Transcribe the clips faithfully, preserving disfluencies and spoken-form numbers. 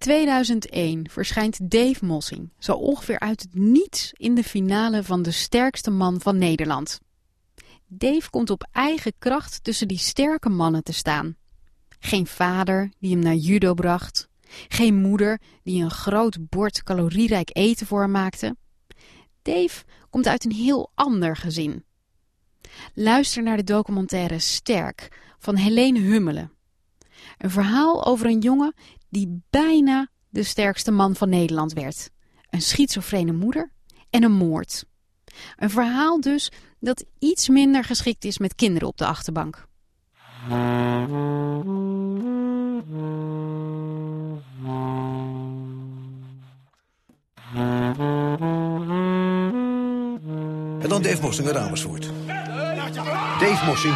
tweeduizend één verschijnt Dave Mossing zo ongeveer uit het niets in de finale van De Sterkste Man van Nederland. Dave komt op eigen kracht tussen die sterke mannen te staan. Geen vader die hem naar judo bracht. Geen moeder die een groot bord calorierijk eten voor hem maakte. Dave komt uit een heel ander gezin. Luister naar de documentaire Sterk van Helene Hummelen. Een verhaal over een jongen die bijna de sterkste man van Nederland werd. Een schizofrene moeder en een moord. Een verhaal dus dat iets minder geschikt is met kinderen op de achterbank. En dan Dave Mossing uit Amersfoort. Dave Mossing.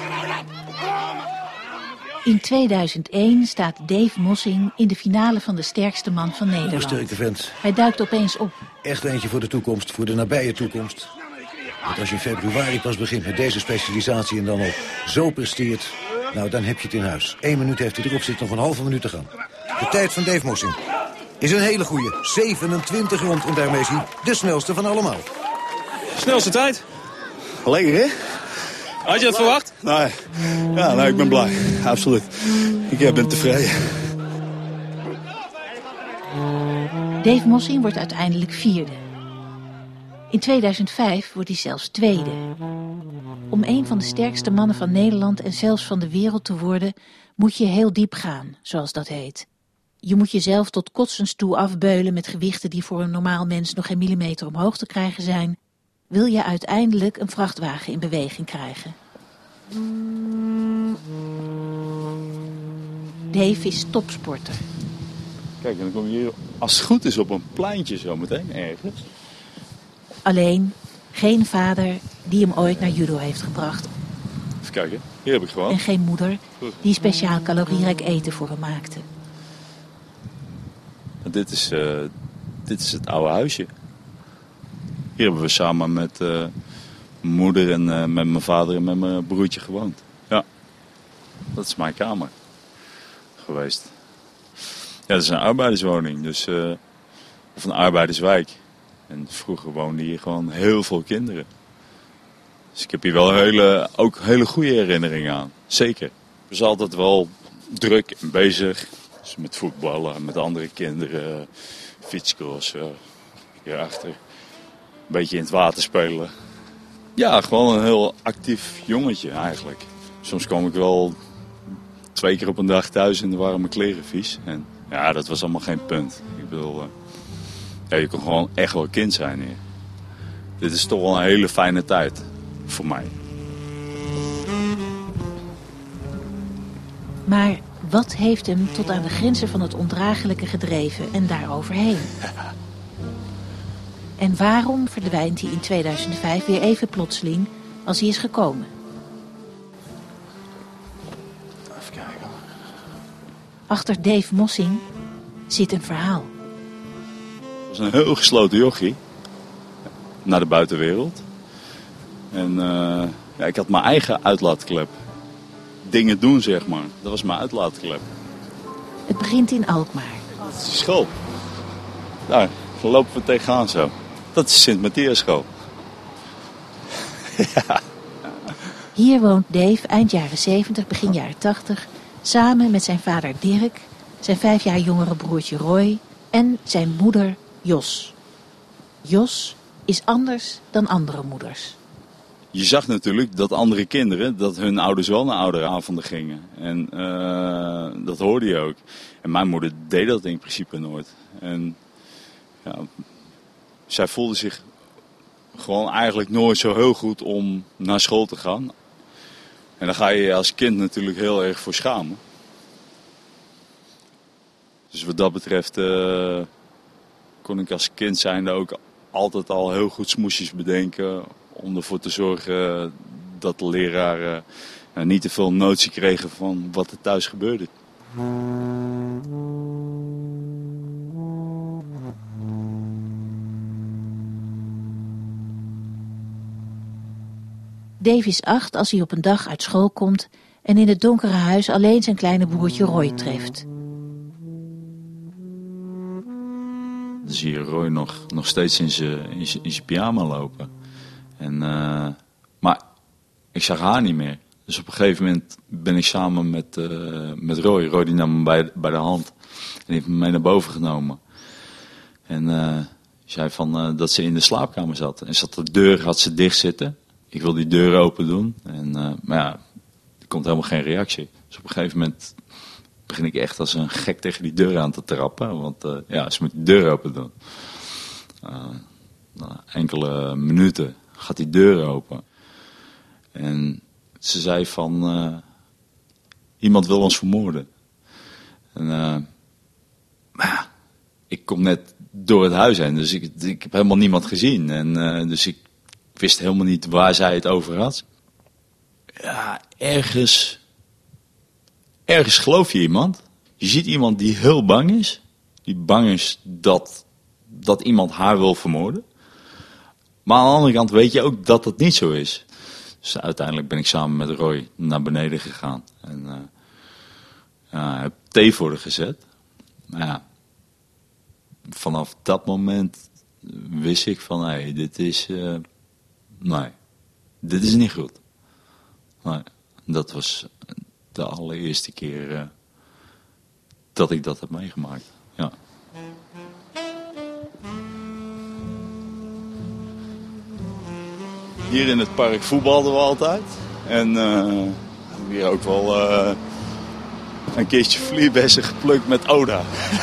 In tweeduizend één staat Dave Mossing in de finale van De Sterkste Man van Nederland. Sterke vent. Hij duikt opeens op. Echt eentje voor de toekomst, voor de nabije toekomst. Want als je in februari pas begint met deze specialisatie en dan al zo presteert, nou dan heb je het in huis. Eén minuut heeft hij erop, zit nog een halve minuut te gaan. De tijd van Dave Mossing is een hele goeie. zevenentwintig rond en daarmee is hij de snelste van allemaal. Snelste tijd. Lekker, hè? Had je dat verwacht? Nee. Ja, nou, ik ben blij. Absoluut. Ik ben tevreden. Dave Mossing wordt uiteindelijk vierde. In tweeduizend vijf wordt hij zelfs tweede. Om een van de sterkste mannen van Nederland en zelfs van de wereld te worden, moet je heel diep gaan, zoals dat heet. Je moet jezelf tot kotsens toe afbeulen met gewichten die voor een normaal mens nog geen millimeter omhoog te krijgen zijn, wil je uiteindelijk een vrachtwagen in beweging krijgen. Dave is topsporter. Kijk, en dan kom je hier als het goed is op een pleintje zo meteen ergens. Alleen geen vader die hem ooit naar judo heeft gebracht. Even kijken, hier heb ik gewoon. En geen moeder die speciaal calorierijk eten voor hem maakte. Dit is, uh, dit is het oude huisje. Hier hebben we samen met uh, mijn moeder en uh, met mijn vader en met mijn broertje gewoond. Ja, dat is mijn kamer geweest. Ja, dat is een arbeiderswoning, dus, uh, of een arbeiderswijk. En vroeger woonden hier gewoon heel veel kinderen. Dus ik heb hier wel hele, ook hele goede herinneringen aan. Zeker. Ik was altijd wel druk en bezig. Dus met voetballen, met andere kinderen, fietscrossen, hierachter. Een beetje in het water spelen. Ja, gewoon een heel actief jongetje eigenlijk. Soms kwam ik wel twee keer op een dag thuis en dan waren mijn kleren vies. En ja, dat was allemaal geen punt. Ik bedoel, uh, ja, je kon gewoon echt wel kind zijn hier. Dit is toch wel een hele fijne tijd voor mij. Maar wat heeft hem tot aan de grenzen van het ondraaglijke gedreven en daaroverheen? En waarom verdwijnt hij in tweeduizend vijf weer even plotseling als hij is gekomen? Even kijken. Achter Dave Mossing zit een verhaal. Het was een heel gesloten jochie. Naar de buitenwereld. En uh, ja, ik had mijn eigen uitlaatklep. Dingen doen, zeg maar. Dat was mijn uitlaatklep. Het begint in Alkmaar. Dat is de school. Daar lopen we tegenaan zo. Dat is Sint-Matthias school. Ja. Hier woont Dave eind jaren zeventig, begin jaren tachtig... samen met zijn vader Dirk, zijn vijf jaar jongere broertje Roy en zijn moeder Jos. Jos is anders dan andere moeders. Je zag natuurlijk dat andere kinderen, dat hun ouders wel naar ouderavonden gingen. En uh, dat hoorde je ook. En mijn moeder deed dat in principe nooit. En ja, zij voelde zich gewoon eigenlijk nooit zo heel goed om naar school te gaan. En daar ga je je als kind natuurlijk heel erg voor schamen. Dus wat dat betreft uh, kon ik als kind zijnde ook altijd al heel goed smoesjes bedenken om ervoor te zorgen dat de leraren uh, niet te veel notie kregen van wat er thuis gebeurde. Dave is acht als hij op een dag uit school komt en in het donkere huis alleen zijn kleine broertje Roy treft. dan zie je Roy nog, nog steeds in zijn in zijn- in zijn pyjama lopen. En, uh, maar ik zag haar niet meer. Dus op een gegeven moment ben ik samen met, uh, met Roy. Roy die nam me bij, bij de hand. En die heeft me mee naar boven genomen. En uh, zei van, uh, dat ze in de slaapkamer zat. En zat de deur had ze dicht zitten. Ik wil die deur open doen. En, uh, maar ja, er komt helemaal geen reactie. Dus op een gegeven moment begin ik echt als een gek tegen die deur aan te trappen. Want uh, ja, ze moet die deur open doen. Uh, na enkele minuten gaat die deur open. En ze zei van, uh, iemand wil ons vermoorden. En, uh, maar ja, ik kom net door het huis heen, dus ik, ik heb helemaal niemand gezien. En, uh, dus ik wist helemaal niet waar zij het over had. Ja, ergens, ergens geloof je iemand. Je ziet iemand die heel bang is. Die bang is dat, dat iemand haar wil vermoorden. Maar aan de andere kant weet je ook dat het niet zo is. Dus uiteindelijk ben ik samen met Roy naar beneden gegaan. En uh, ja, heb thee voor haar gezet. Maar ja, vanaf dat moment wist ik van, hé, hey, dit is, uh, nee, dit is niet goed. Nee, dat was de allereerste keer uh, dat ik dat heb meegemaakt. Ja. Hier in het park voetbalden we altijd. En uh, hebben hier ook wel uh, een keertje vlierbessen geplukt met Oda.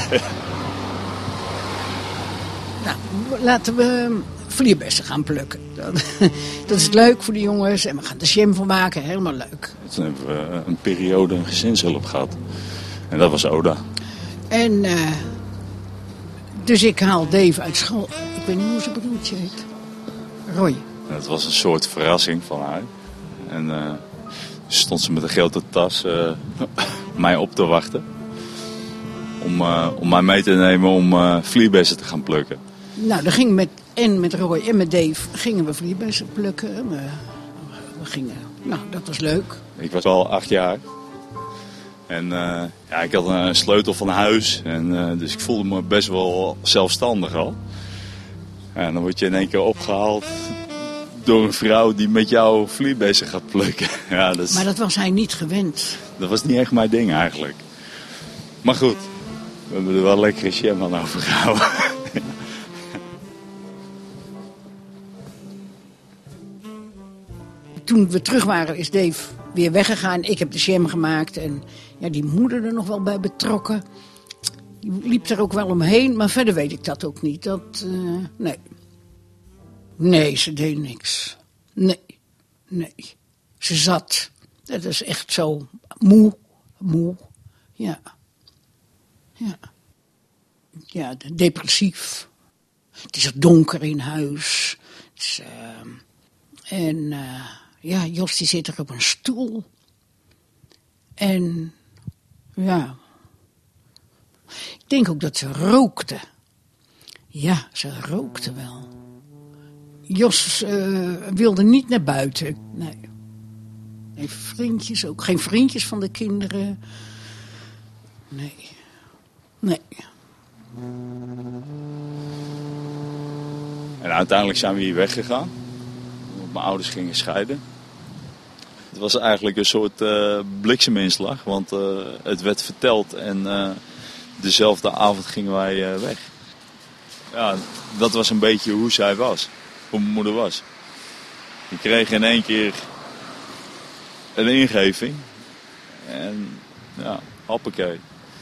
Nou, laten we vlierbessen gaan plukken. Dat, dat is leuk voor de jongens en we gaan er jam van maken. Helemaal leuk. Toen hebben we een periode een gezinshulp gehad. En dat was Oda. En uh, dus ik haal Dave uit school. Ik weet niet hoe zijn broertje heet. Roy. Het was een soort verrassing van haar. En uh, stond ze met een grote tas uh, mij op te wachten. Om, uh, om mij mee te nemen om uh, vlierbessen te gaan plukken. Nou, dan ging met, en met Roy en met Dave gingen we vlierbessen plukken. We, we gingen, nou, dat was leuk. Ik was al acht jaar. En uh, ja, ik had een sleutel van huis. En, uh, dus ik voelde me best wel zelfstandig al. En dan word je in één keer opgehaald door een vrouw die met jou vlierbessen gaat plukken. Ja, dat is, maar dat was hij niet gewend. Dat was niet echt mijn ding eigenlijk. Maar goed, we hebben er wel lekkere jam aan overgehouden. Toen we terug waren is Dave weer weggegaan. Ik heb de jam gemaakt en ja, die moeder er nog wel bij betrokken. Die liep er ook wel omheen, maar verder weet ik dat ook niet. Dat, uh, nee. Nee, ze deed niks. Nee, nee. Ze zat. Dat is echt zo moe, moe. Ja. Ja. Ja, depressief. Het is donker in huis. Het is, uh, en uh, ja, Jos die zit er op een stoel. En ja. Ik denk ook dat ze rookte. Ja, ze rookte wel. Jos uh, wilde niet naar buiten. Nee. Nee, vriendjes ook. Geen vriendjes van de kinderen. Nee. Nee. En uiteindelijk zijn we hier weggegaan. Want mijn ouders gingen scheiden. Het was eigenlijk een soort uh, blikseminslag. Want uh, het werd verteld en uh, dezelfde avond gingen wij uh, weg. Ja, dat was een beetje hoe zij was. Hoe mijn moeder was. Ik kreeg in één keer een ingeving. En ja, hoppakee.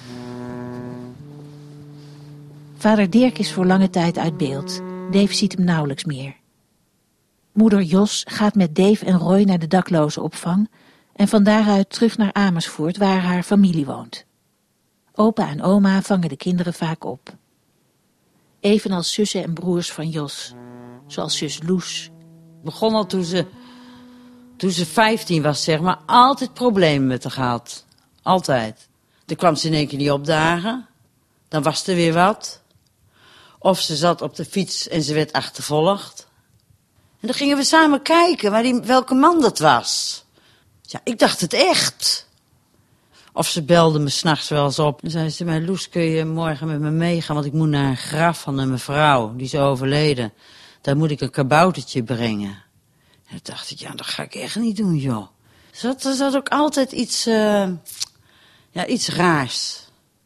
Vader Dirk is voor lange tijd uit beeld. Dave ziet hem nauwelijks meer. Moeder Jos gaat met Dave en Roy naar de daklozenopvang en van daaruit terug naar Amersfoort waar haar familie woont. Opa en oma vangen de kinderen vaak op. Evenals zussen en broers van Jos, zoals zus Loes. Begon al toen ze, toen ze vijftien was, zeg maar, altijd problemen met haar gehad. Altijd. Dan kwam ze in één keer niet opdagen. Dan was er weer wat. Of ze zat op de fiets en ze werd achtervolgd. En dan gingen we samen kijken waar die, welke man dat was. Ja, ik dacht het echt. Of ze belde me s'nachts wel eens op. Dan zei ze mij, Loes, kun je morgen met me meegaan? Want ik moet naar een graf van een mevrouw, die is overleden. Daar moet ik een kaboutertje brengen. En toen dacht ik, ja, dat ga ik echt niet doen, joh. Dus dat, er zat ook altijd iets, uh, ja, iets raars.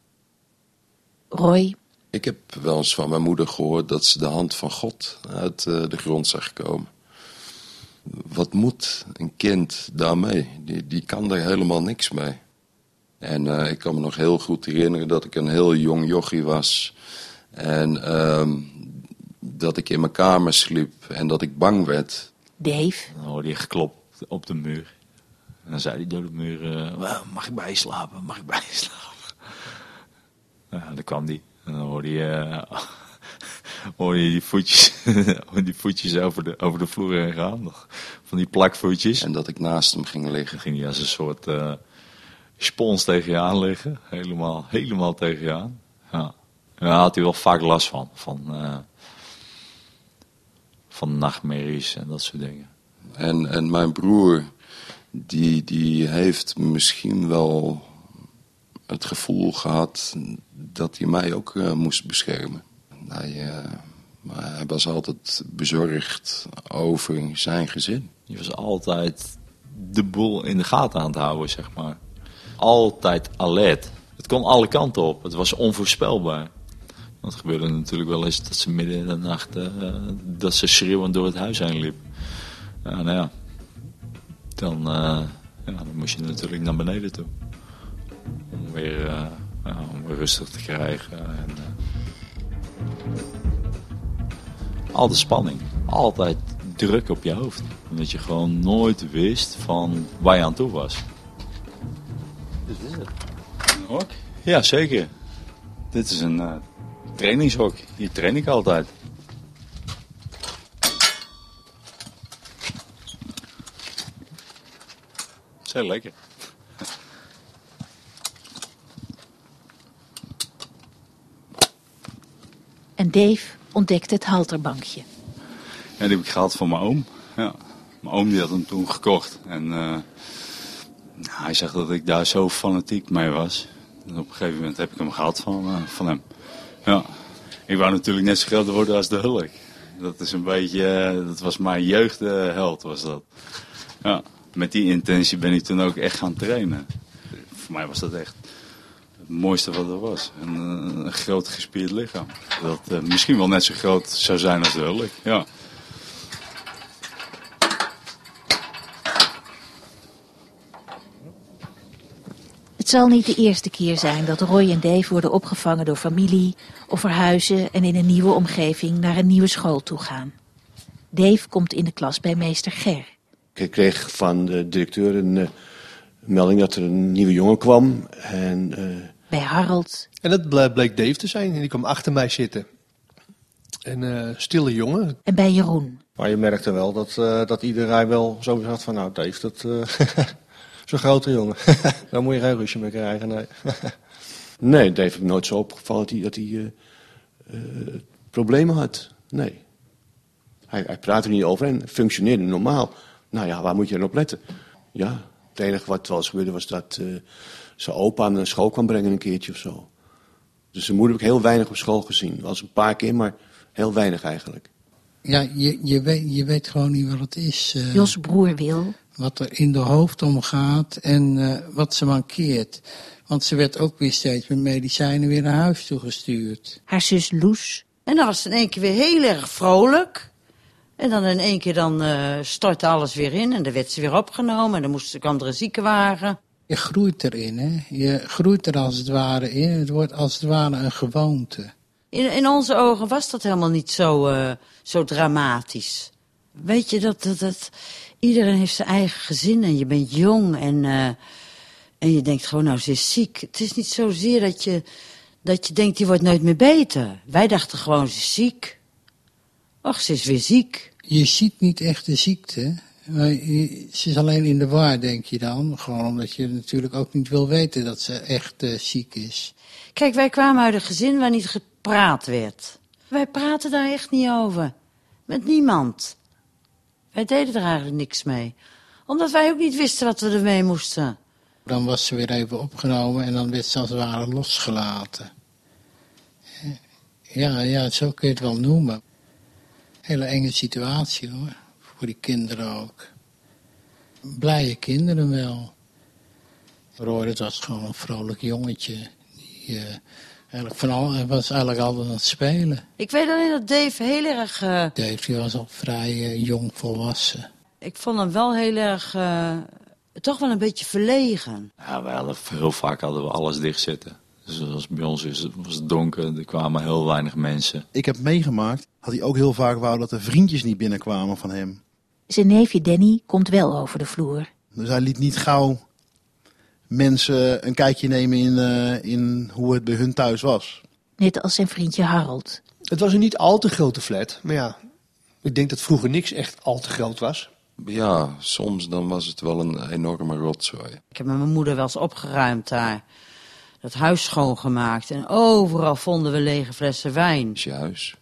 Roy. Ik heb wel eens van mijn moeder gehoord dat ze de hand van God uit uh, de grond zag komen. Wat moet een kind daarmee? Die, die kan er helemaal niks mee. En uh, ik kan me nog heel goed herinneren dat ik een heel jong jochie was. En uh, dat ik in mijn kamer sliep en dat ik bang werd. Dave. Dan hoorde je geklopt op de muur. En dan zei hij door de muur, uh, mag ik bij je slapen, mag ik bij je slapen? Ja, dan kwam die. En dan hoorde je, uh, hoorde je die voetjes, die voetjes over, de, over de vloer heen gaan. Van die plakvoetjes. En dat ik naast hem ging liggen. Dan ging hij als een soort uh, spons tegen je aan liggen. Helemaal, helemaal tegen je aan. Ja. En daar had hij wel vaak last van. Van, uh, van nachtmerries en dat soort dingen. En, en mijn broer, die, die heeft misschien wel het gevoel gehad dat hij mij ook uh, moest beschermen. Hij, uh, maar hij was altijd bezorgd over zijn gezin. Je was altijd de boel in de gaten aan het houden, zeg maar. Altijd alert. Het kon alle kanten op. Het was onvoorspelbaar. Want het gebeurde natuurlijk wel eens dat ze midden in de nacht uh, dat ze schreeuwend door het huis heen liep. Ja, nou ja. Dan, uh, ja, dan moest je natuurlijk naar beneden toe. Om weer, uh, ja, om weer rustig te krijgen. En, uh, altijd spanning. Altijd druk op je hoofd. Omdat je gewoon nooit wist van waar je aan toe was. Dus dit is het. Een hok? Ja, zeker. Dit is een uh, trainingshok. Hier train ik altijd. Dat is heel lekker. En Dave ontdekte het halterbankje. Ja, die heb ik gehad van mijn oom. Ja. Mijn oom die had hem toen gekocht. En uh, nou, hij zegt dat ik daar zo fanatiek mee was. En op een gegeven moment heb ik hem gehad van, uh, van hem. Ja. Ik wou natuurlijk net zo groot worden als de Hulk. Dat is een beetje, uh, dat was mijn jeugdheld was dat. Ja. Met die intentie ben ik toen ook echt gaan trainen. Voor mij was dat echt het mooiste wat er was. Een, een groot gespierd lichaam. Dat uh, misschien wel net zo groot zou zijn als de Hulk. Ja. Het zal niet de eerste keer zijn dat Roy en Dave worden opgevangen door familie of verhuizen en in een nieuwe omgeving naar een nieuwe school toe gaan. Dave komt in de klas bij meester Ger. Ik kreeg van de directeur een uh, melding dat er een nieuwe jongen kwam. En, uh... bij Harold. En dat bleek Dave te zijn en die kwam achter mij zitten. Een uh, stille jongen. En bij Jeroen. Maar je merkte wel dat, uh, dat iedereen wel zo had van, nou Dave, dat... Uh... Zo'n grote jongen. Daar moet je geen ruzie mee krijgen, nee. Nee, Dave heeft nooit zo opgevallen dat hij, dat hij uh, uh, problemen had. Nee. Hij, hij praatte er niet over en functioneerde normaal. Nou ja, waar moet je dan op letten? Ja, het enige wat wel eens gebeurde was dat uh, zijn opa aan school kwam brengen een keertje of zo. Dus zijn moeder heb ik heel weinig op school gezien. Wel eens een paar keer, maar heel weinig eigenlijk. Ja, je, je, weet, je weet gewoon niet wat het is. Uh... Jos' broer Wil. Wat er in de hoofd omgaat en uh, wat ze mankeert. Want ze werd ook weer steeds met medicijnen weer naar huis toegestuurd. Haar zus Loes. En dan was ze in één keer weer heel erg vrolijk. En dan in één keer dan uh, stortte alles weer in en dan werd ze weer opgenomen. En dan moest, kwam er een ziekenwagen. Je groeit erin, hè. Je groeit er als het ware in. Het wordt als het ware een gewoonte. In, in onze ogen was dat helemaal niet zo, uh, zo dramatisch. Weet je, dat, dat, dat, iedereen heeft zijn eigen gezin en je bent jong en, uh, en je denkt gewoon, nou, ze is ziek. Het is niet zozeer dat je, dat je denkt, die wordt nooit meer beter. Wij dachten gewoon, ze is ziek. Och, ze is weer ziek. Je ziet niet echt de ziekte. Maar je, ze is alleen in de war, denk je dan. Gewoon omdat je natuurlijk ook niet wil weten dat ze echt uh, ziek is. Kijk, wij kwamen uit een gezin waar niet gepraat werd. Wij praten daar echt niet over. Met niemand. Wij deden er eigenlijk niks mee. Omdat wij ook niet wisten wat we ermee moesten. Dan was ze weer even opgenomen en dan werd ze als het ware losgelaten. Ja, ja, zo kun je het wel noemen. Hele enge situatie hoor, voor die kinderen ook. Blije kinderen wel. Roy, dat was gewoon een vrolijk jongetje. Die uh, eigenlijk van al, was eigenlijk altijd aan het spelen. Ik weet alleen dat Dave heel erg... Uh... Dave die was al vrij uh, jong volwassen. Ik vond hem wel heel erg... Uh, toch wel een beetje verlegen. Ja, wij hadden, heel vaak hadden we alles dicht zitten. Dus als bij ons is, was het donker, er kwamen heel weinig mensen. Ik heb meegemaakt dat hij ook heel vaak wou dat er vriendjes niet binnenkwamen van hem. Zijn neefje Danny komt wel over de vloer. Dus hij liet niet gauw mensen een kijkje nemen in, uh, in hoe het bij hun thuis was. Net als zijn vriendje Harold. Het was een niet al te grote flat, maar ja, ik denk dat vroeger niks echt al te groot was. Ja, soms dan was het wel een enorme rotzooi. Ik heb met mijn moeder wel eens opgeruimd daar. Dat huis schoongemaakt en overal vonden we lege flessen wijn. Het is je huis.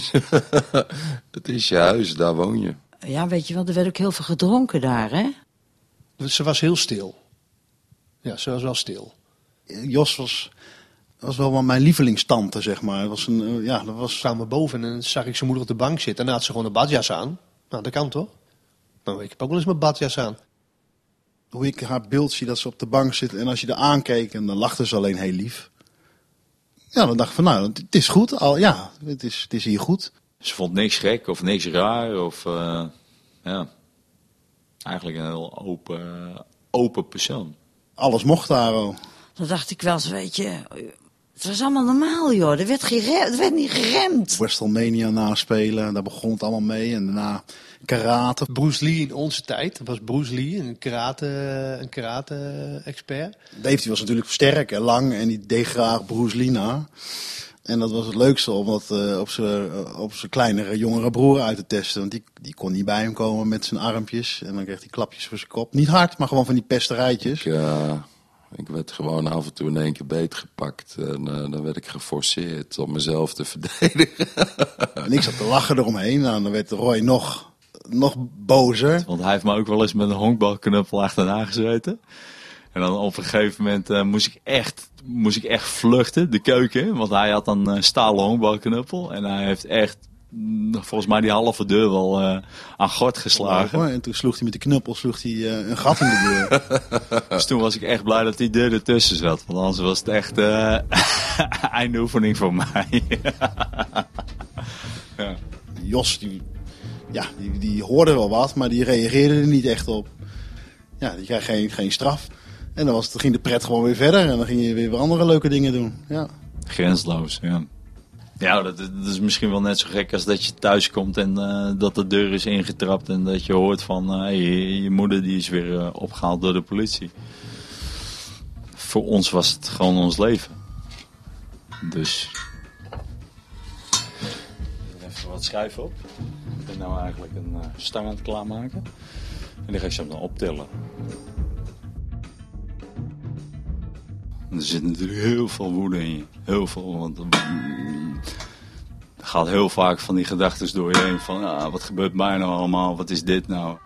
Het is je huis, daar woon je. Ja, weet je wel, er werd ook heel veel gedronken daar, hè? Ze was heel stil. Ja, ze was wel stil. Jos was, was wel mijn lievelingstante, zeg maar. Het was een, uh, ja, dat was... Kwamen boven en dan zag ik zijn moeder op de bank zitten. En dan had ze gewoon een badjas aan. Nou, dat kan toch? Nou, ik heb ook wel eens mijn badjas aan. Hoe ik haar beeld zie dat ze op de bank zit en als je er aankeek en dan lachte ze alleen heel lief. Ja, dan dacht ik van nou, het is goed. Al, ja, het is, het is hier goed. Ze vond niks gek of niks raar of uh, ja, eigenlijk een heel open, open persoon. Alles mocht daar al. Dan dacht ik wel eens, weet je, het was allemaal normaal joh. Er werd, geremd, er werd niet geremd. WrestleMania naspelen, daar begon het allemaal mee en daarna karate. Bruce Lee in onze tijd, dat was Bruce Lee, een karate, een karate-expert. Dave die was natuurlijk sterk en lang en die deed graag Bruce Lee na. En dat was het leukste om dat uh, op zijn uh, op zijn kleinere, jongere broer uit te testen. Want die, die kon niet bij hem komen met zijn armpjes. En dan kreeg hij klapjes voor zijn kop. Niet hard, maar gewoon van die pesterijtjes. Ja, ik werd gewoon af en toe in één keer beetgepakt. En uh, dan werd ik geforceerd om mezelf te verdedigen. En ik zat te lachen eromheen. Nou, dan werd Roy nog, nog bozer. Want hij heeft me ook wel eens met een honkbalknuppel achterna gezeten. En dan op een gegeven moment uh, moest, ik echt, moest ik echt vluchten, de keuken. Want hij had een uh, stalen honkbalknuppel. En hij heeft echt, volgens mij die halve deur wel uh, aan gort geslagen. Ja, en toen sloeg hij met de knuppel sloeg hij, uh, een gat in de deur. Dus toen was ik echt blij dat die deur ertussen zat. Want anders was het echt uh, eindoefening voor mij. Ja. Jos, die, ja, die, die hoorde wel wat, maar die reageerde er niet echt op. Ja, die kreeg geen, geen straf. En dan, was het, dan ging de pret gewoon weer verder. En dan ging je weer andere leuke dingen doen. Ja. Grensloos, ja. Ja, dat, dat is misschien wel net zo gek als dat je thuis komt en uh, dat de deur is ingetrapt. En dat je hoort van, uh, hey, je, je moeder die is weer uh, opgehaald door de politie. Voor ons was het gewoon ons leven. Dus... Even wat schrijven op. Ik ben nou eigenlijk een uh, stang aan het klaarmaken. En die ga ik zo dan optillen. Er zit natuurlijk heel veel woede in je. Heel veel. Want mm, er gaat heel vaak van die gedachten door je heen. Van ah, wat gebeurt mij nou allemaal? Wat is dit nou?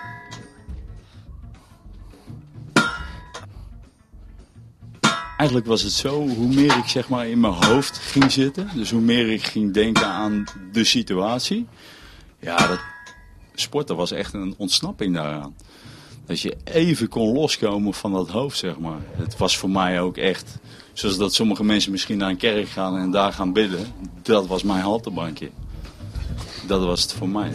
Eigenlijk was het zo, hoe meer ik zeg maar in mijn hoofd ging zitten. Dus hoe meer ik ging denken aan de situatie. Ja, dat sporten was echt een ontsnapping daaraan. Dat je even kon loskomen van dat hoofd, zeg maar. Het was voor mij ook echt, zoals dat sommige mensen misschien naar een kerk gaan en daar gaan bidden. Dat was mijn haltebankje. Dat was het voor mij.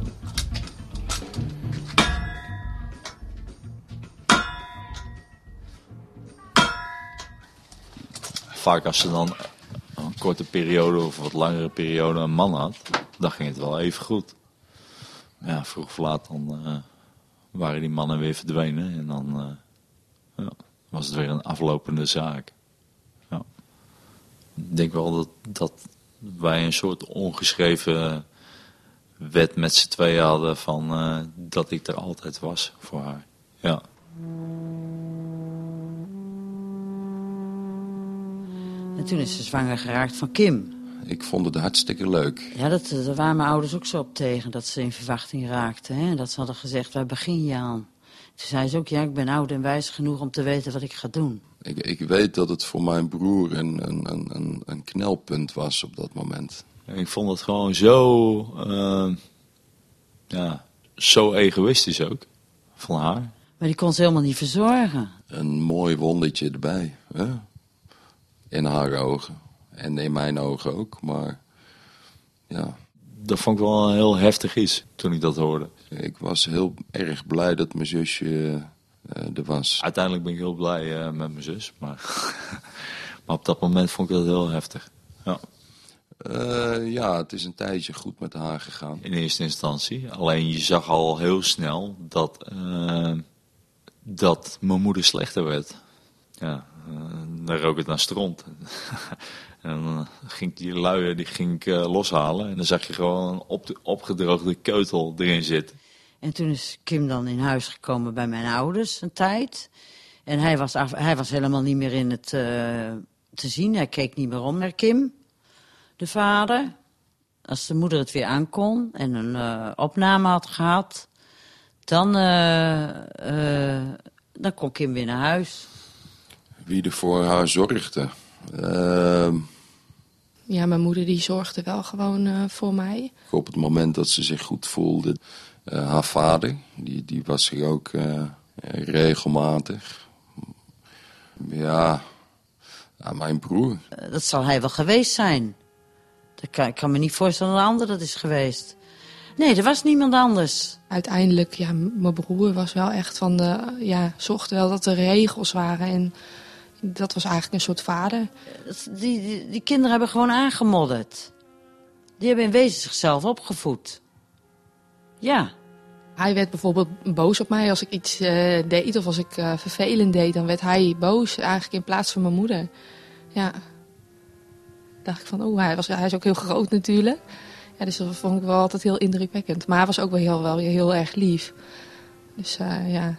Vaak als ze dan een korte periode of wat langere periode een man had, dan ging het wel even goed. Ja, vroeg of laat dan... Uh, waren die mannen weer verdwenen en dan uh, ja, was het weer een aflopende zaak. Ja. Ik denk wel dat, dat wij een soort ongeschreven wet met z'n tweeën hadden van uh, dat ik er altijd was voor haar. Ja. En toen is ze zwanger geraakt van Kim. Ik vond het hartstikke leuk. Ja, dat, daar waren mijn ouders ook zo op tegen, dat ze in verwachting raakten. Hè? Dat ze hadden gezegd, waar begin je aan? Toen zei ze ook, ja, ik ben oud en wijs genoeg om te weten wat ik ga doen. Ik, ik weet dat het voor mijn broer een, een, een, een, een knelpunt was op dat moment. Ik vond het gewoon zo, uh, ja, zo egoïstisch ook, van haar. Maar die kon ze helemaal niet verzorgen. Een mooi wondertje erbij, hè? In haar ogen. En in mijn ogen ook, maar ja. Dat vond ik wel een heel heftig iets, toen ik dat hoorde. Ik was heel erg blij dat mijn zusje uh, er was. Uiteindelijk ben ik heel blij uh, met mijn zus, maar, maar op dat moment vond ik dat heel heftig. Ja. Uh, ja, het is een tijdje goed met haar gegaan. In eerste instantie. Alleen je zag al heel snel dat, uh, dat mijn moeder slechter werd. Ja, uh, dan rook het naar stront. En dan ging ik die luien die ging ik, uh, loshalen. En dan zag je gewoon een op de, opgedroogde keutel erin zitten. En toen is Kim dan in huis gekomen bij mijn ouders een tijd. En hij was, af, hij was helemaal niet meer in het uh, te zien. Hij keek niet meer om naar Kim, de vader. Als de moeder het weer aankon en een uh, opname had gehad, dan, uh, uh, dan kon Kim weer naar huis. Wie er voor haar zorgde? Uh... Ja, mijn moeder die zorgde wel gewoon uh, voor mij. Op het moment dat ze zich goed voelde. Uh, haar vader, die, die was zich ook uh, regelmatig. Ja, ja, mijn broer. Uh, dat zal hij wel geweest zijn. Dat kan, ik kan me niet voorstellen dat een ander dat is geweest. Nee, er was niemand anders. Uiteindelijk, ja, mijn broer was wel echt van de... Ja, zocht wel dat er regels waren en... Dat was eigenlijk een soort vader. Die, die, die kinderen hebben gewoon aangemodderd. Die hebben in wezen zichzelf opgevoed. Ja. Hij werd bijvoorbeeld boos op mij als ik iets uh, deed of als ik uh, vervelend deed. Dan werd hij boos eigenlijk in plaats van mijn moeder. Ja. Dacht ik van, oh, hij, was, hij is ook heel groot natuurlijk. Ja, dus dat vond ik wel altijd heel indrukwekkend. Maar hij was ook wel heel, wel heel erg lief. Dus uh, ja...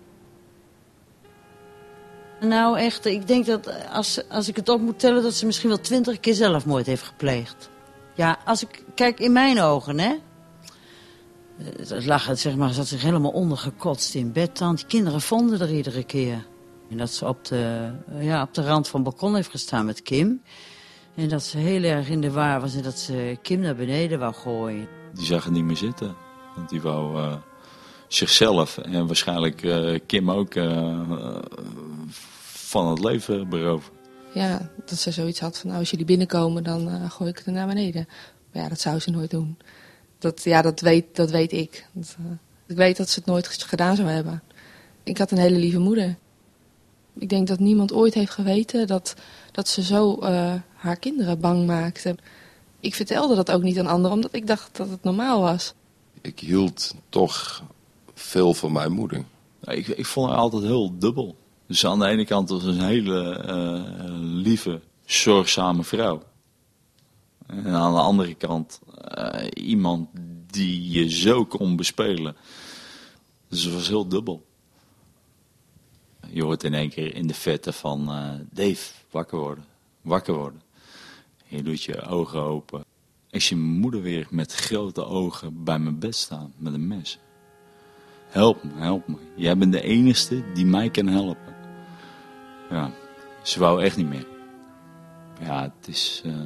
Nou echt, ik denk dat als, als ik het op moet tellen... dat ze misschien wel twintig keer zelfmoord heeft gepleegd. Ja, als ik kijk in mijn ogen, hè. Het lag, zeg maar, zat zich helemaal ondergekotst in bed dan. Die kinderen vonden er iedere keer. En dat ze op de, ja, op de rand van het balkon heeft gestaan met Kim. En dat ze heel erg in de war was en dat ze Kim naar beneden wou gooien. Die zag er niet meer zitten. Want die wou... Uh... zichzelf en waarschijnlijk uh, Kim ook uh, van het leven beroven. Ja, dat ze zoiets had van, nou, als jullie binnenkomen, dan uh, gooi ik het er naar beneden. Maar ja, dat zou ze nooit doen. Dat, ja, dat weet, dat weet ik. Dat, uh, ik weet dat ze het nooit gedaan zou hebben. Ik had een hele lieve moeder. Ik denk dat niemand ooit heeft geweten dat, dat ze zo uh, haar kinderen bang maakte. Ik vertelde dat ook niet aan anderen, omdat ik dacht dat het normaal was. Ik hield toch... veel van mijn moeder. Ik, ik vond haar altijd heel dubbel. Dus aan de ene kant was ze een hele uh, lieve, zorgzame vrouw. En aan de andere kant uh, iemand die je zo kon bespelen. Dus het was heel dubbel. Je hoort in één keer in de verte van uh, Dave, wakker worden, wakker worden. En je doet je ogen open. Ik zie mijn moeder weer met grote ogen bij mijn bed staan met een mes. Help me, help me. Jij bent de enige die mij kan helpen. Ja, ze wou echt niet meer. Ja, het is... Uh,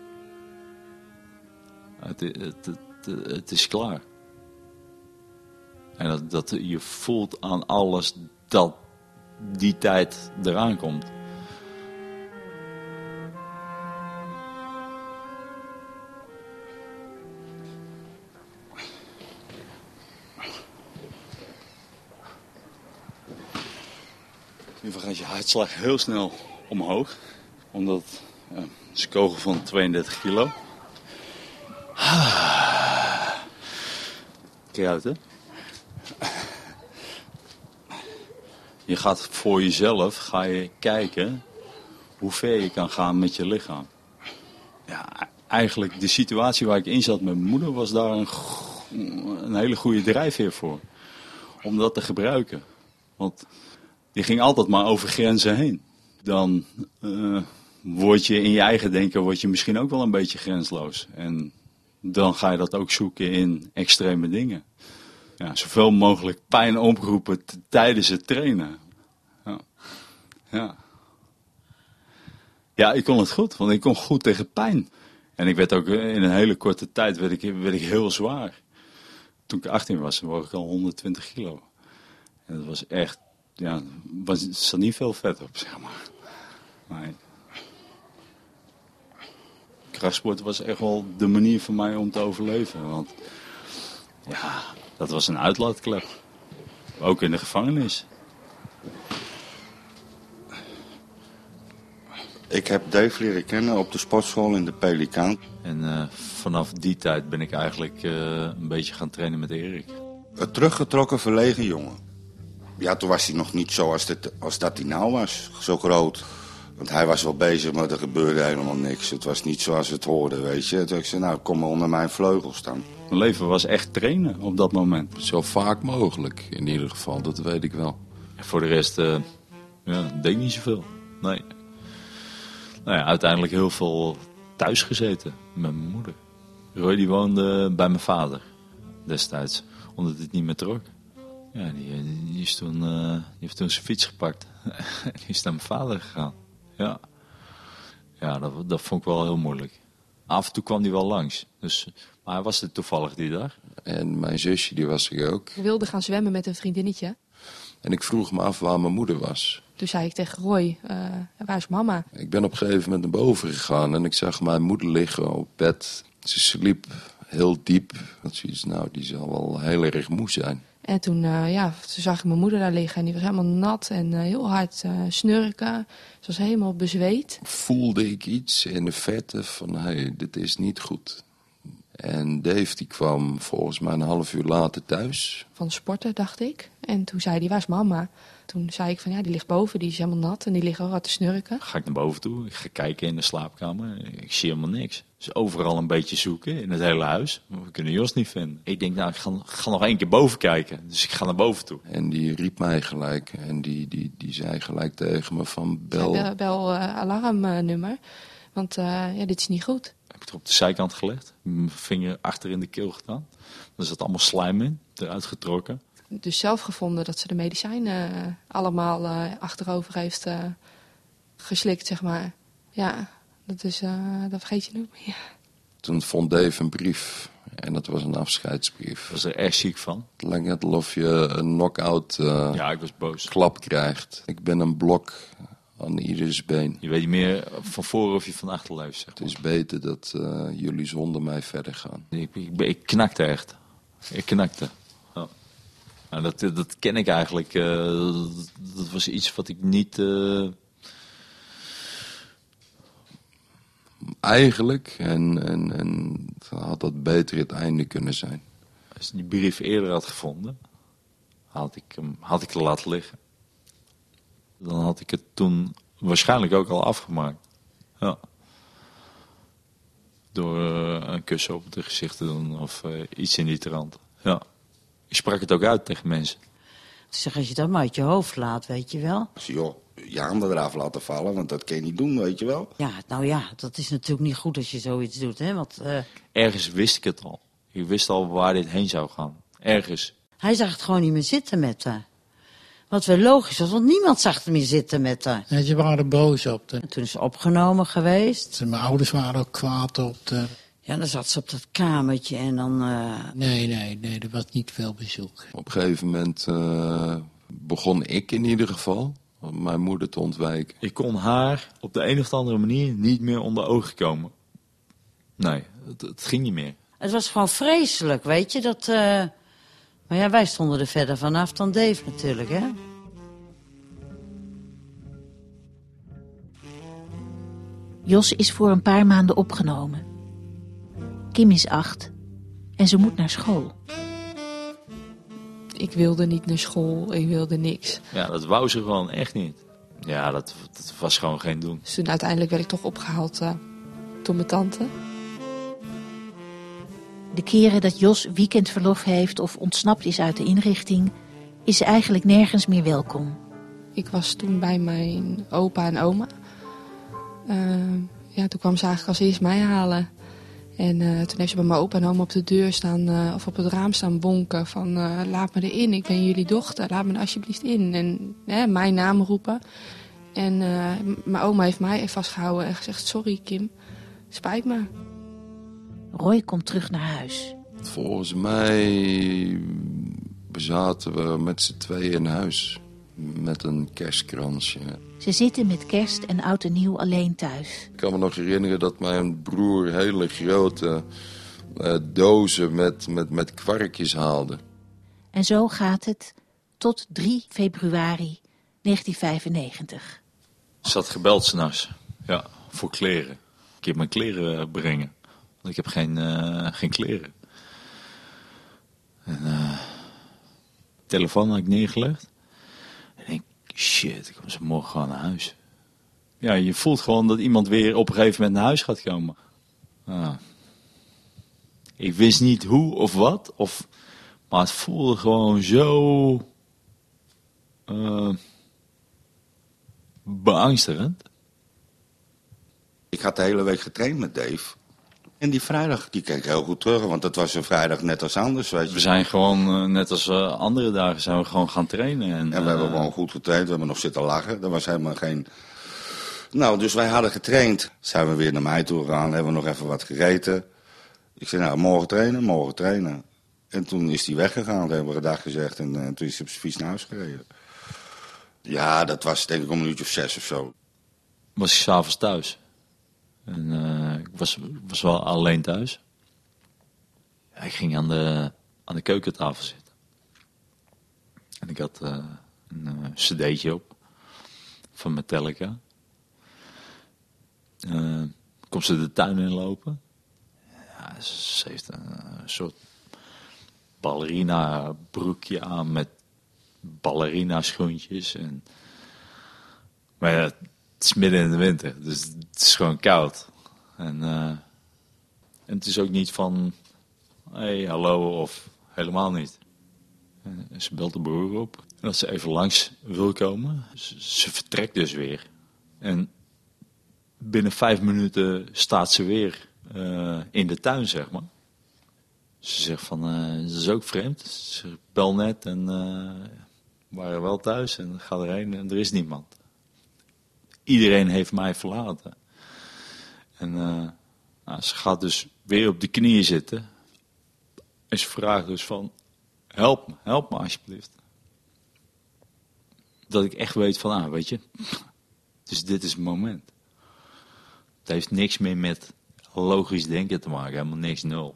het, het, het, het, het is klaar. En dat, dat je voelt aan alles dat die tijd eraan komt. Nu gaat je hartslag heel snel omhoog. Omdat uh, het is een kogel van tweeëndertig kilo. Kijk uit, hè. Je gaat voor jezelf ga je kijken hoe ver je kan gaan met je lichaam. Ja, eigenlijk de situatie waar ik in zat met mijn moeder was daar een, een hele goede drijfveer voor. Om dat te gebruiken. Want die ging altijd maar over grenzen heen. Dan uh, word je in je eigen denken word je misschien ook wel een beetje grensloos. En dan ga je dat ook zoeken in extreme dingen. Ja, zoveel mogelijk pijn oproepen t- tijdens het trainen. Ja. Ja. Ja, ik kon het goed, want ik kon goed tegen pijn. En ik werd ook in een hele korte tijd werd ik, werd ik heel zwaar. Toen ik achttien was, woog ik al honderdtwintig kilo. En dat was echt, ja, was, er zat niet veel vet op, zeg maar. Maar krachtsport was echt wel de manier voor mij om te overleven. Want ja, dat was een uitlaatklep. Ook in de gevangenis. Ik heb Dave leren kennen op de sportschool in de Pelikaan. En uh, vanaf die tijd ben ik eigenlijk uh, een beetje gaan trainen met Erik. Een teruggetrokken, verlegen jongen. Ja, toen was hij nog niet zo als, dit, als dat hij nou was, zo groot. Want hij was wel bezig, maar er gebeurde helemaal niks. Het was niet zoals het hoorde, weet je. Toen ik zei, nou, kom maar onder mijn vleugels staan. Mijn leven was echt trainen op dat moment. Zo vaak mogelijk, in ieder geval, dat weet ik wel. En voor de rest, uh, ja, deed ik niet zoveel. Nee. Nou ja, uiteindelijk heel veel thuis gezeten met mijn moeder. Roy die woonde bij mijn vader destijds, omdat het niet meer trok. Ja, die, die, is toen, uh, die heeft toen zijn fiets gepakt en die is naar mijn vader gegaan. Ja, ja dat, dat vond ik wel heel moeilijk. Af en toe kwam hij wel langs, dus, maar hij was er toevallig die dag. En mijn zusje die was er ook. Ik wilde gaan zwemmen met een vriendinnetje. En ik vroeg me af waar mijn moeder was. Toen zei ik tegen Roy, uh, waar is mama? Ik ben op een gegeven moment naar boven gegaan en ik zag mijn moeder liggen op bed. Ze sliep heel diep. Dat zoiets, nou, die zal wel heel erg moe zijn. En toen, uh, ja, toen zag ik mijn moeder daar liggen en die was helemaal nat en uh, heel hard uh, snurken. Ze was helemaal bezweet. Voelde ik iets in de verte van, hé, hey, dit is niet goed. En Dave die kwam volgens mij een half uur later thuis. Van sporten, dacht ik. En toen zei hij, waar is mama? Toen zei ik van, ja, die ligt boven, die is helemaal nat en die ligt al wat te snurken. Ga ik naar boven toe, ik ga kijken in de slaapkamer, ik zie helemaal niks. Dus overal een beetje zoeken in het hele huis, we kunnen Jos niet vinden. Ik denk, nou, ik ga, ga nog één keer boven kijken, dus ik ga naar boven toe. En die riep mij gelijk en die, die, die zei gelijk tegen me van, bel... Ja, bel, bel uh, alarmnummer, want uh, ja, dit is niet goed. Heb ik er op de zijkant gelegd, mijn vinger achter in de keel gedaan. Er zat allemaal slijm in, eruit getrokken. Dus zelf gevonden dat ze de medicijnen uh, allemaal uh, achterover heeft uh, geslikt, zeg maar. Ja, dat, is, uh, dat vergeet je nooit meer. Ja. Toen vond Dave een brief en dat was een afscheidsbrief. Ik was er erg ziek van. Het lijkt net alsof je een knock-out uh, ja, ik was boos. klap krijgt. Ik ben een blok aan ieders been. Je weet niet meer van voor of je van achter leeft, zeg maar. Het is beter dat uh, jullie zonder mij verder gaan. Ik, ik, ik knakte echt. Ik knakte. Ja. Nou, dat, dat ken ik eigenlijk. Uh, dat, dat was iets wat ik niet... Uh... Eigenlijk, en, en, en had dat beter het einde kunnen zijn. Als ik die brief eerder had gevonden, had ik hem had ik er laten liggen. Dan had ik het toen waarschijnlijk ook al afgemaakt. Ja. Door uh, een kussen op het gezicht te doen of uh, iets in die trant. Ja. Ik sprak het ook uit tegen mensen. Zeg, als je dat maar uit je hoofd laat, weet je wel. Dus joh, je handen eraf laten vallen, want dat kan je niet doen, weet je wel. Ja, nou ja, dat is natuurlijk niet goed als je zoiets doet, hè. Want, uh... ergens wist ik het al. Ik wist al waar dit heen zou gaan. Ergens. Hij zag het gewoon niet meer zitten met haar. Wat wel logisch was, want niemand zag het meer zitten met haar. Ja, ze waren boos op haar. En toen is ze opgenomen geweest. Mijn ouders waren ook kwaad op haar. Ja, dan zat ze op dat kamertje en dan... Uh... Nee, nee, nee, er was niet veel bezoek. Op een gegeven moment uh, begon ik in ieder geval mijn moeder te ontwijken. Ik kon haar op de een of andere manier niet meer onder ogen komen. Nee, het, het ging niet meer. Het was gewoon vreselijk, weet je, dat... Uh... Maar ja, wij stonden er verder vanaf dan Dave natuurlijk, hè. Jos is voor een paar maanden opgenomen. Kim is acht en ze moet naar school. Ik wilde niet naar school, ik wilde niks. Ja, dat wou ze gewoon echt niet. Ja, dat, dat was gewoon geen doen. Dus toen uiteindelijk werd ik toch opgehaald uh, door mijn tante. De keren dat Jos weekendverlof heeft of ontsnapt is uit de inrichting, is ze eigenlijk nergens meer welkom. Ik was toen bij mijn opa en oma. Uh, ja, toen kwam ze eigenlijk als eerst mij halen. En uh, toen heeft ze bij mijn opa en oma op de deur staan, uh, of op het raam staan bonken van uh, laat me erin, ik ben jullie dochter, laat me er alsjeblieft in. En uh, mijn naam roepen. En uh, mijn oma heeft mij vastgehouden en gezegd, sorry Kim, spijt me. Roy komt terug naar huis. Volgens mij zaten we met z'n tweeën in huis. Met een kerstkransje. Ze zitten met kerst en oud en nieuw alleen thuis. Ik kan me nog herinneren dat mijn broer hele grote uh, dozen met, met, met kwarkjes haalde. En zo gaat het tot drie februari negentien vijfennegentig. Ze had gebeld 's nachts. Ja, voor kleren. Ik keer mijn kleren brengen. Want ik heb geen, uh, geen kleren. En uh, telefoon had ik neergelegd. En ik denk, shit, ik kom ze morgen gewoon naar huis. Ja, je voelt gewoon dat iemand weer op een gegeven moment naar huis gaat komen. Ah. Ik wist niet hoe of wat. Of, maar het voelde gewoon zo Uh, beangstigend. Ik had de hele week getraind met Dave. En die vrijdag, die keek heel goed terug. Want dat was een vrijdag net als anders. Weet je. We zijn gewoon, uh, net als uh, andere dagen, zijn we gewoon gaan trainen. En, en we uh, hebben gewoon goed getraind. We hebben nog zitten lachen. Er was helemaal geen... Nou, dus wij hadden getraind. Zijn we weer naar mij toe gegaan. Hebben we nog even wat gegeten. Ik zei, nou, morgen trainen, morgen trainen. En toen is hij weggegaan. Toen hebben we gedag gezegd. En uh, toen is hij op zijn fiets naar huis gereden. Ja, dat was denk ik om een uurtje of zes of zo. Was ik 's avonds thuis. En uh, ik was, was wel alleen thuis. Ja, ik ging aan de, aan de keukentafel zitten. En ik had uh, een uh, cd'tje op. Van Metallica. Uh, komt ze de tuin inlopen. Ja, ze heeft een, een soort ballerina broekje aan met ballerina schoentjes. En... Maar ja, het is midden in de winter, dus het is gewoon koud. En, uh, en het is ook niet van, hey, hallo, of helemaal niet. En ze belt de broer op. En als ze even langs wil komen, ze, ze vertrekt dus weer. En binnen vijf minuten staat ze weer uh, in de tuin, zeg maar. Ze zegt van, uh, dat is ook vreemd. Ze bel net en uh, waren wel thuis en ga erheen en er is niemand. Iedereen heeft mij verlaten. En uh, nou, ze gaat dus weer op de knieën zitten. En ze vraagt dus van, help me, help me alsjeblieft. Dat ik echt weet van, ah, weet je, dus dit is het moment. Het heeft niks meer met logisch denken te maken, helemaal niks, nul.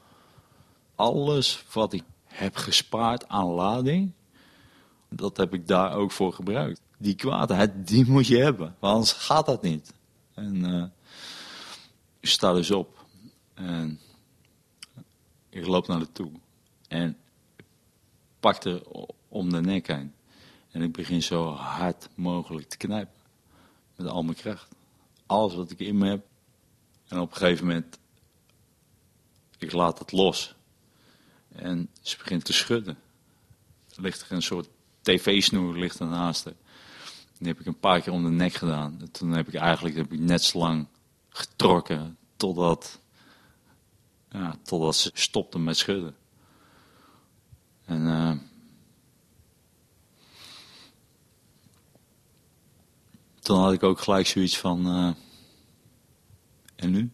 Alles wat ik heb gespaard aan lading, dat heb ik daar ook voor gebruikt. Die kwaadheid, die moet je hebben, want anders gaat dat niet. En uh, ik sta dus op en ik loop naar haar toe en ik pak haar om de nek heen. En ik begin zo hard mogelijk te knijpen, met al mijn kracht. Alles wat ik in me heb. En op een gegeven moment, ik laat het los. En ze begint te schudden. Er ligt er een soort tv-snoer ligt ernaast haar. Die heb ik een paar keer om de nek gedaan. En toen heb ik eigenlijk heb ik net zo lang getrokken totdat, ja, totdat ze stopte met schudden. En uh, toen had ik ook gelijk zoiets van, uh, en nu?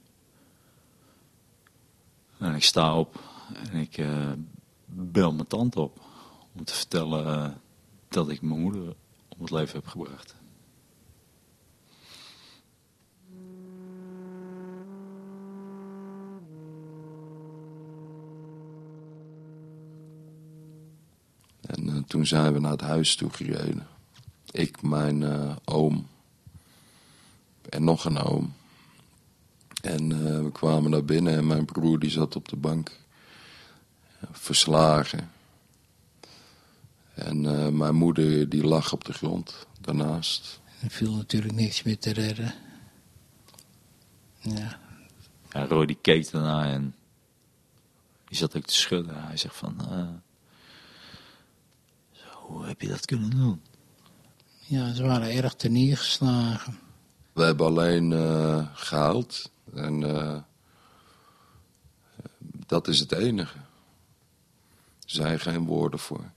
En ik sta op en ik uh, bel mijn tante op om te vertellen uh, dat ik mijn moeder om het leven heb gebracht. En uh, toen zijn we naar het huis toe gereden. Ik, mijn uh, oom en nog een oom. En uh, we kwamen naar binnen en mijn broer die zat op de bank. Uh, verslagen. En uh, mijn moeder die lag op de grond daarnaast. Er viel natuurlijk niks meer te redden. Ja. Ja, Roy die keek ernaar en die zat ook te schudden. Hij zegt van, uh, zo, hoe heb je dat kunnen doen? Ja, ze waren erg terneergeslagen. We hebben alleen uh, gehuild. En uh, Dat is het enige. Er zijn geen woorden voor.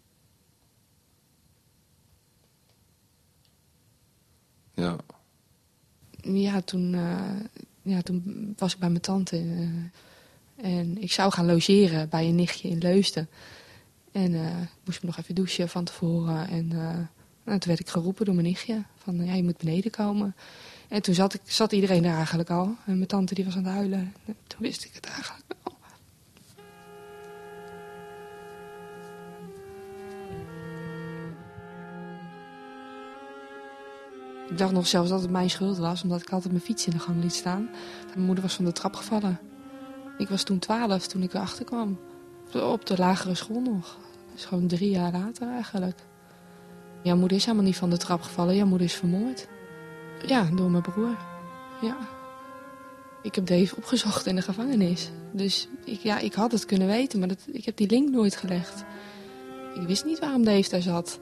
Ja. Ja, toen, uh, ja, toen was ik bij mijn tante. Uh, en ik zou gaan logeren bij een nichtje in Leusden. En uh, ik moest me nog even douchen van tevoren. En uh, nou, toen werd ik geroepen door mijn nichtje. Van, ja, je moet beneden komen. En toen zat, ik, zat iedereen daar eigenlijk al. En mijn tante die was aan het huilen. En toen wist ik het eigenlijk wel. Ik dacht nog zelfs dat het mijn schuld was, omdat ik altijd mijn fiets in de gang liet staan. Mijn moeder was van de trap gevallen. Ik was toen twaalf toen ik erachter kwam. Op de lagere school nog. Dus gewoon drie jaar later eigenlijk. Jouw moeder is helemaal niet van de trap gevallen. Jouw moeder is vermoord. Ja, door mijn broer. Ja. Ik heb Dave opgezocht in de gevangenis. Dus ik, ja, ik had het kunnen weten, maar dat, ik heb die link nooit gelegd. Ik wist niet waarom Dave daar zat.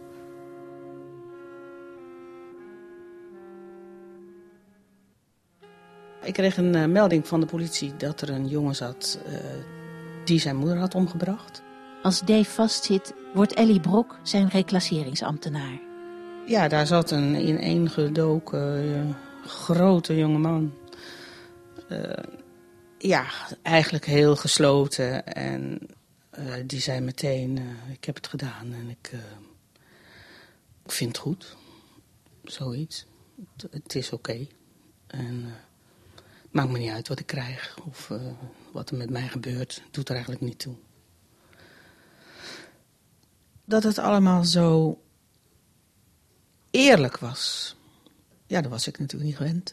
Ik kreeg een uh, melding van de politie dat er een jongen zat uh, die zijn moeder had omgebracht. Als Dave vastzit, wordt Ellie Brok zijn reclasseringsambtenaar. Ja, daar zat een ineengedoken uh, grote jongeman. Uh, ja, eigenlijk heel gesloten. En uh, die zei meteen, uh, ik heb het gedaan en ik, uh, ik vind het goed. Zoiets. Het, het is oké. Okay. En... Uh, maakt me niet uit wat ik krijg of uh, wat er met mij gebeurt. Het doet er eigenlijk niet toe. Dat het allemaal zo eerlijk was. Ja, dat was ik natuurlijk niet gewend.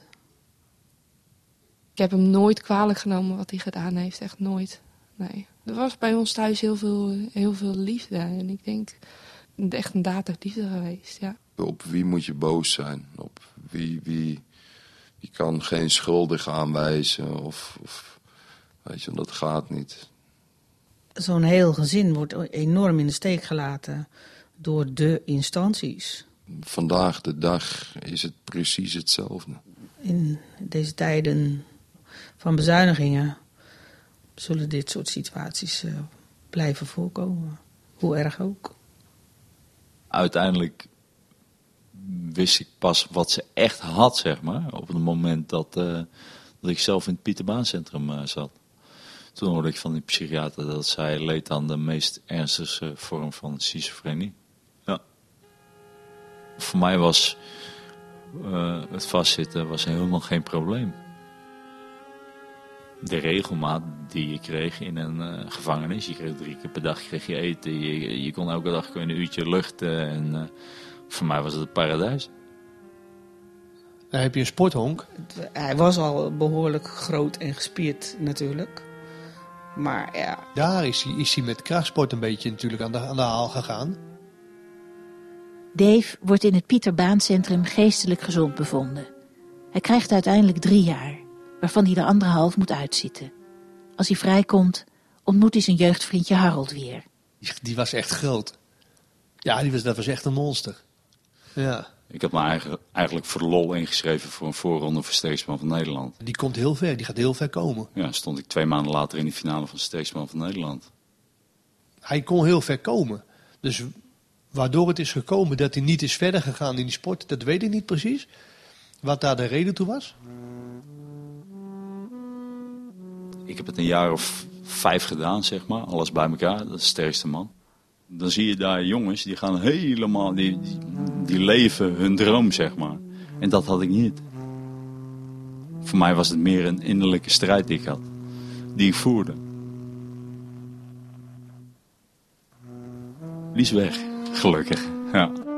Ik heb hem nooit kwalijk genomen wat hij gedaan heeft. Echt nooit. Nee. Er was bij ons thuis heel veel, heel veel liefde. En ik denk, echt een daad uit liefde geweest, ja. Op wie moet je boos zijn? Op wie... wie... Je kan geen schuldige aanwijzen of, of weet je, dat gaat niet. Zo'n heel gezin wordt enorm in de steek gelaten door de instanties. Vandaag de dag is het precies hetzelfde. In deze tijden van bezuinigingen zullen dit soort situaties uh, blijven voorkomen. Hoe erg ook. Uiteindelijk wist ik pas wat ze echt had, zeg maar. Op het moment dat, uh, dat ik zelf in het Pieterbaancentrum uh, zat. Toen hoorde ik van die psychiater dat zij leed aan de meest ernstige vorm van schizofrenie. Ja. Voor mij was uh, het vastzitten was helemaal geen probleem. De regelmaat die je kreeg in een uh, gevangenis. Je kreeg drie keer per dag kreeg je eten. Je, je kon elke dag een uurtje luchten en... Uh, Voor mij was het het paradijs. Dan heb je een sporthonk. Hij was al behoorlijk groot en gespierd natuurlijk. Maar ja... Daar is hij, is hij met krachtsport een beetje natuurlijk aan de, aan de haal gegaan. Dave wordt in het Pieterbaancentrum geestelijk gezond bevonden. Hij krijgt uiteindelijk drie jaar, waarvan hij er anderhalf moet uitzitten. Als hij vrijkomt, ontmoet hij zijn jeugdvriendje Harold weer. Die, die was echt groot. Ja, die was, dat was echt een monster. Ja. Ik had me eigenlijk, eigenlijk voor de lol ingeschreven voor een voorronde voor Sterksman van Nederland. Die komt heel ver, die gaat heel ver komen. Ja, stond ik twee maanden later in de finale van Sterksman van Nederland. Hij kon heel ver komen. Dus waardoor het is gekomen dat hij niet is verder gegaan in die sport, dat weet ik niet precies. Wat daar de reden toe was? Ik heb het een jaar of vijf gedaan, zeg maar. Alles bij elkaar, dat is de sterkste man. Dan zie je daar jongens, die gaan helemaal, die, die, die leven hun droom, zeg maar. En dat had ik niet. Voor mij was het meer een innerlijke strijd die ik had. Die ik voerde. Die is weg, gelukkig, ja.